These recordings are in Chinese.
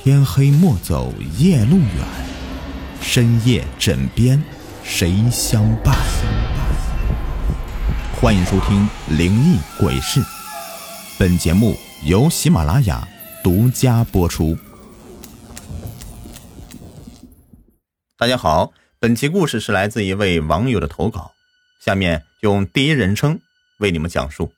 天黑莫走夜路远，深夜枕边谁相伴。欢迎收听灵异鬼事，本节目由喜马拉雅独家播出。大家好，本期故事是来自一位网友的投稿，下面用第一人称为你们讲述。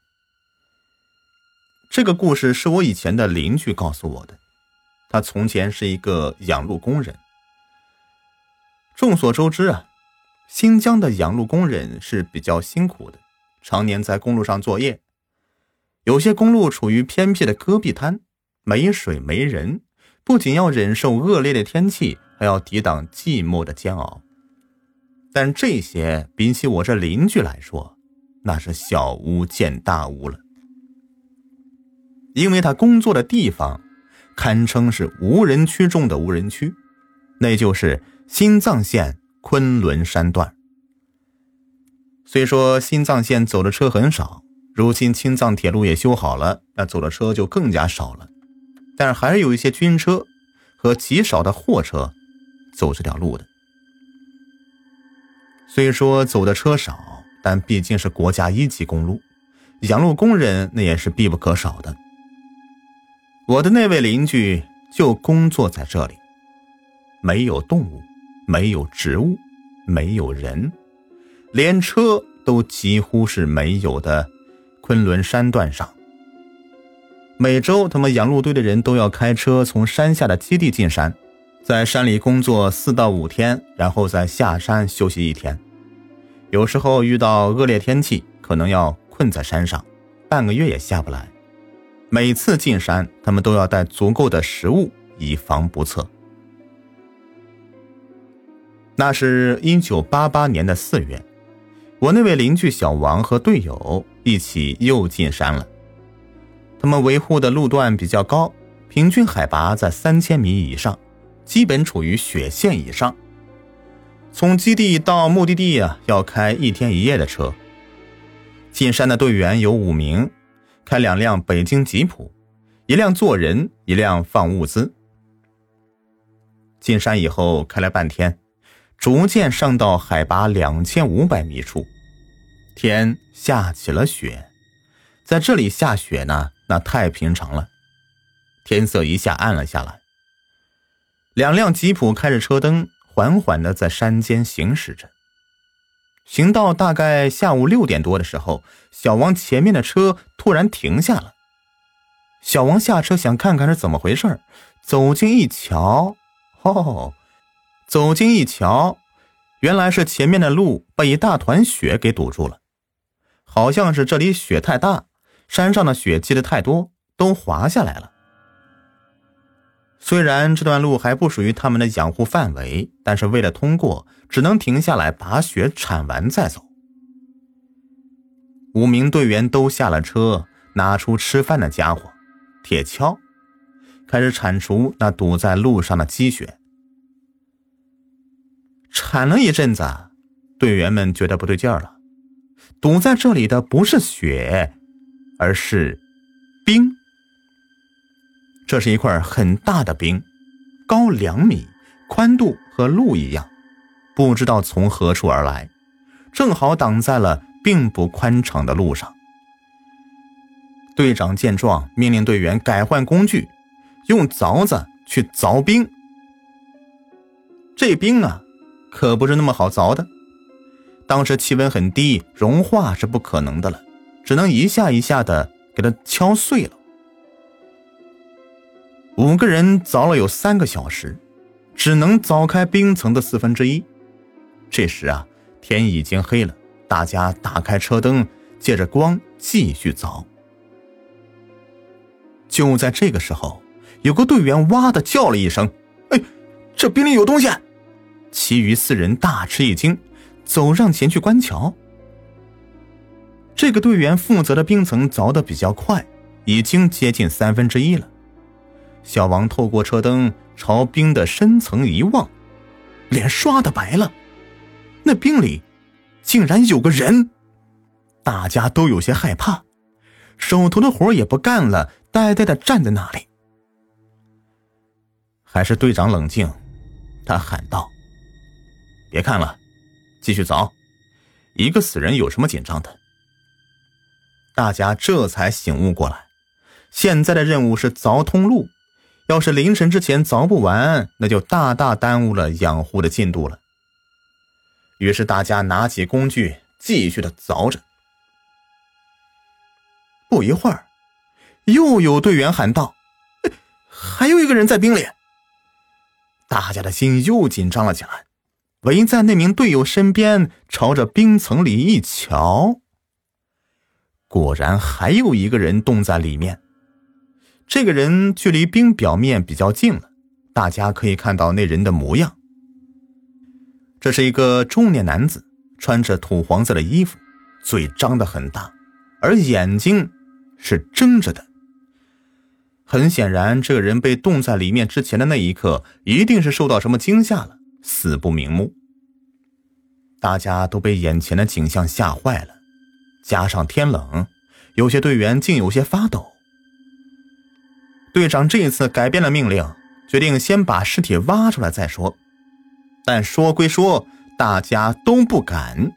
这个故事是我以前的邻居告诉我的，他从前是一个养路工人。众所周知啊，新疆的养路工人是比较辛苦的，常年在公路上作业。有些公路处于偏僻的戈壁滩，没水没人，不仅要忍受恶劣的天气，还要抵挡寂寞的煎熬。但这些比起我这邻居来说，那是小巫见大巫了。因为他工作的地方堪称是无人区中的无人区，那就是新藏县昆仑山段。虽说新藏县走的车很少，如今青藏铁路也修好了，那走的车就更加少了，但还是有一些军车和极少的货车走这条路的。虽说走的车少，但毕竟是国家1级公路，养路工人那也是必不可少的。我的那位邻居就工作在这里，没有动物，没有植物，没有人，连车都几乎是没有的昆仑山段上。每周他们养路队的人都要开车从山下的基地进山，在山里工作4到5天，然后再下山休息1天。有时候遇到恶劣天气，可能要困在山上，半个月也下不来。每次进山，他们都要带足够的食物，以防不测。那是1988年的4月，我那位邻居小王和队友一起又进山了。他们维护的路段比较高，平均海拔在3000米以上，基本处于雪线以上。从基地到目的地要开1天1夜的车。进山的队员有5名，开2辆北京吉普，1辆坐人，1辆放物资。进山以后开了半天，逐渐上到海拔2500米处，天下起了雪。在这里下雪呢，那太平常了。天色一下暗了下来，2辆吉普开着车灯，缓缓地在山间行驶着。行到大概下午6点多的时候，小王前面的车突然停下了。小王下车想看看是怎么回事，走近一瞧，原来是前面的路被一大团雪给堵住了。好像是这里雪太大，山上的雪积得太多，都滑下来了。虽然这段路还不属于他们的养护范围，但是为了通过，只能停下来把雪铲完再走。5名队员都下了车，拿出吃饭的家伙铁锹，开始铲除那堵在路上的积雪。铲了一阵子，队员们觉得不对劲儿了，堵在这里的不是雪，而是冰。这是一块很大的冰，高2米，宽度和路一样，不知道从何处而来，正好挡在了并不宽敞的路上。队长见状，命令队员改换工具，用凿子去凿冰。这冰可不是那么好凿的，当时气温很低，融化是不可能的了，只能一下一下的给它敲碎了。5个人凿了有3个小时，只能凿开冰层的1/4。这时天已经黑了，大家打开车灯，借着光继续凿。就在这个时候，有个队员哇的叫了一声：“哎，这冰里有东西！”其余4人大吃一惊，走上前去观瞧。这个队员负责的冰层凿得比较快，已经接近1/3了。小王透过车灯朝冰的深层一望，脸刷的白了，那冰里竟然有个人。大家都有些害怕，手头的活也不干了，呆呆地站在那里。 还是队长冷静，他喊道：别看了，继续凿，一个死人有什么紧张的？大家这才醒悟过来，现在的任务是凿通路，要是凌晨之前凿不完，那就大大耽误了养护的进度了。于是大家拿起工具继续的凿着。不一会儿，又有队员喊道：还有一个人在冰里。大家的心又紧张了起来，围在那名队友身边，朝着冰层里一瞧，果然还有一个人冻在里面。这个人距离冰表面比较近了，大家可以看到那人的模样。这是一个中年男子，穿着土黄色的衣服，嘴张得很大，而眼睛是睁着的。很显然，这个人被冻在里面之前的那一刻，一定是受到什么惊吓了，死不瞑目。大家都被眼前的景象吓坏了，加上天冷，有些队员竟有些发抖。队长这一次改变了命令，决定先把尸体挖出来再说。但说归说，大家都不敢。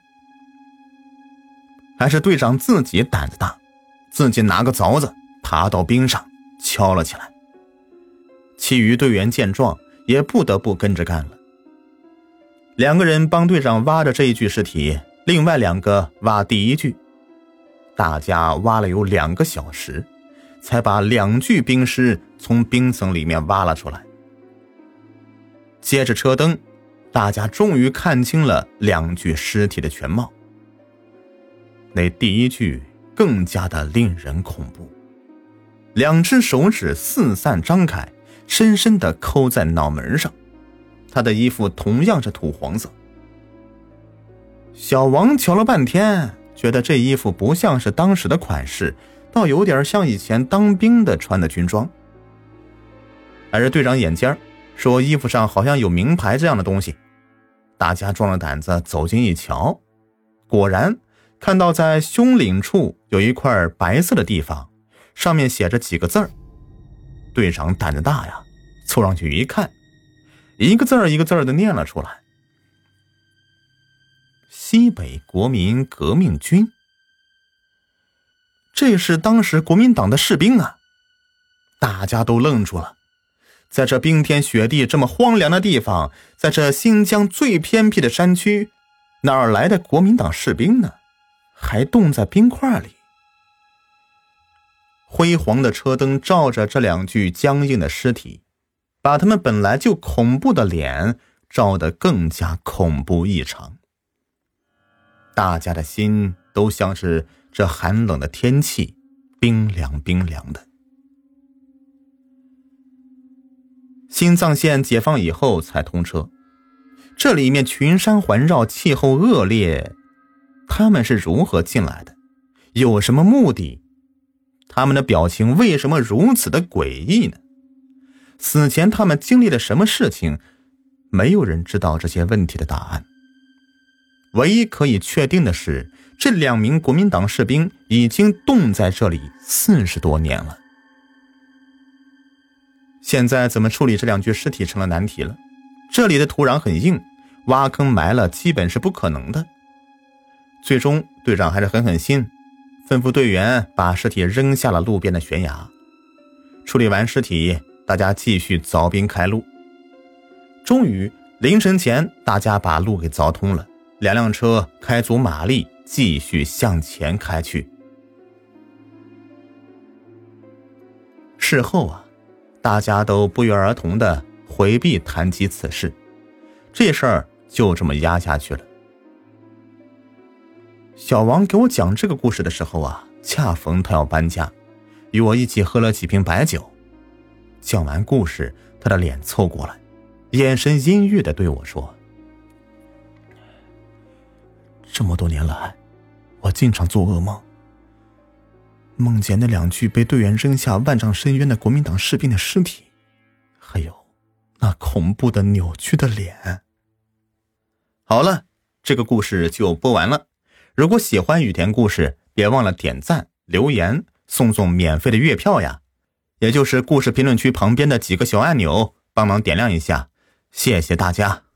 还是队长自己胆子大，自己拿个凿子爬到冰上敲了起来。其余队员见状也不得不跟着干了。2个人帮队长挖着这一具尸体，另外2个挖第一具。大家挖了有2个小时，才把2具冰尸从冰层里面挖了出来。接着车灯，大家终于看清了2具尸体的全貌。那第一具更加的令人恐怖，2只手指四散张开，深深地扣在脑门上，他的衣服同样是土黄色。小王瞧了半天，觉得这衣服不像是当时的款式，倒有点像以前当兵的穿的军装。还是队长眼尖，说衣服上好像有名牌这样的东西。大家壮着胆子走近一瞧，果然看到在胸领处有一块白色的地方，上面写着几个字儿。队长胆子大呀，凑上去一看，一个字儿一个字儿的念了出来：西北国民革命军。这是当时国民党的士兵啊！大家都愣住了。在这冰天雪地这么荒凉的地方，在这新疆最偏僻的山区，哪儿来的国民党士兵呢？还冻在冰块里。辉煌的车灯照着这2具僵硬的尸体，把他们本来就恐怖的脸照得更加恐怖异常。大家的心都像是这寒冷的天气，冰凉冰凉的。新藏线解放以后才通车，这里面群山环绕，气候恶劣，他们是如何进来的？有什么目的？他们的表情为什么如此的诡异呢？死前他们经历了什么事情？没有人知道这些问题的答案。唯一可以确定的是，这2名国民党士兵已经冻在这里40多年了。现在怎么处理这2具尸体成了难题了。这里的土壤很硬，挖坑埋了基本是不可能的。最终队长还是狠狠心，吩咐队员把尸体扔下了路边的悬崖。处理完尸体，大家继续凿冰开路。终于凌晨前，大家把路给凿通了，2辆车开足马力继续向前开去。事后啊，大家都不约而同地回避谈及此事，这事儿就这么压下去了。小王给我讲这个故事的时候啊，恰逢他要搬家，与我一起喝了几瓶白酒。讲完故事，他的脸凑过来，眼神阴郁地对我说：这么多年来，我经常做噩梦，梦见那2具被队员扔下万丈深渊的国民党士兵的尸体，还有那恐怖的扭曲的脸。好了，这个故事就播完了。如果喜欢雨田故事，别忘了点赞、留言、送免费的月票呀，也就是故事评论区旁边的几个小按钮， 帮忙点亮一下，谢谢大家。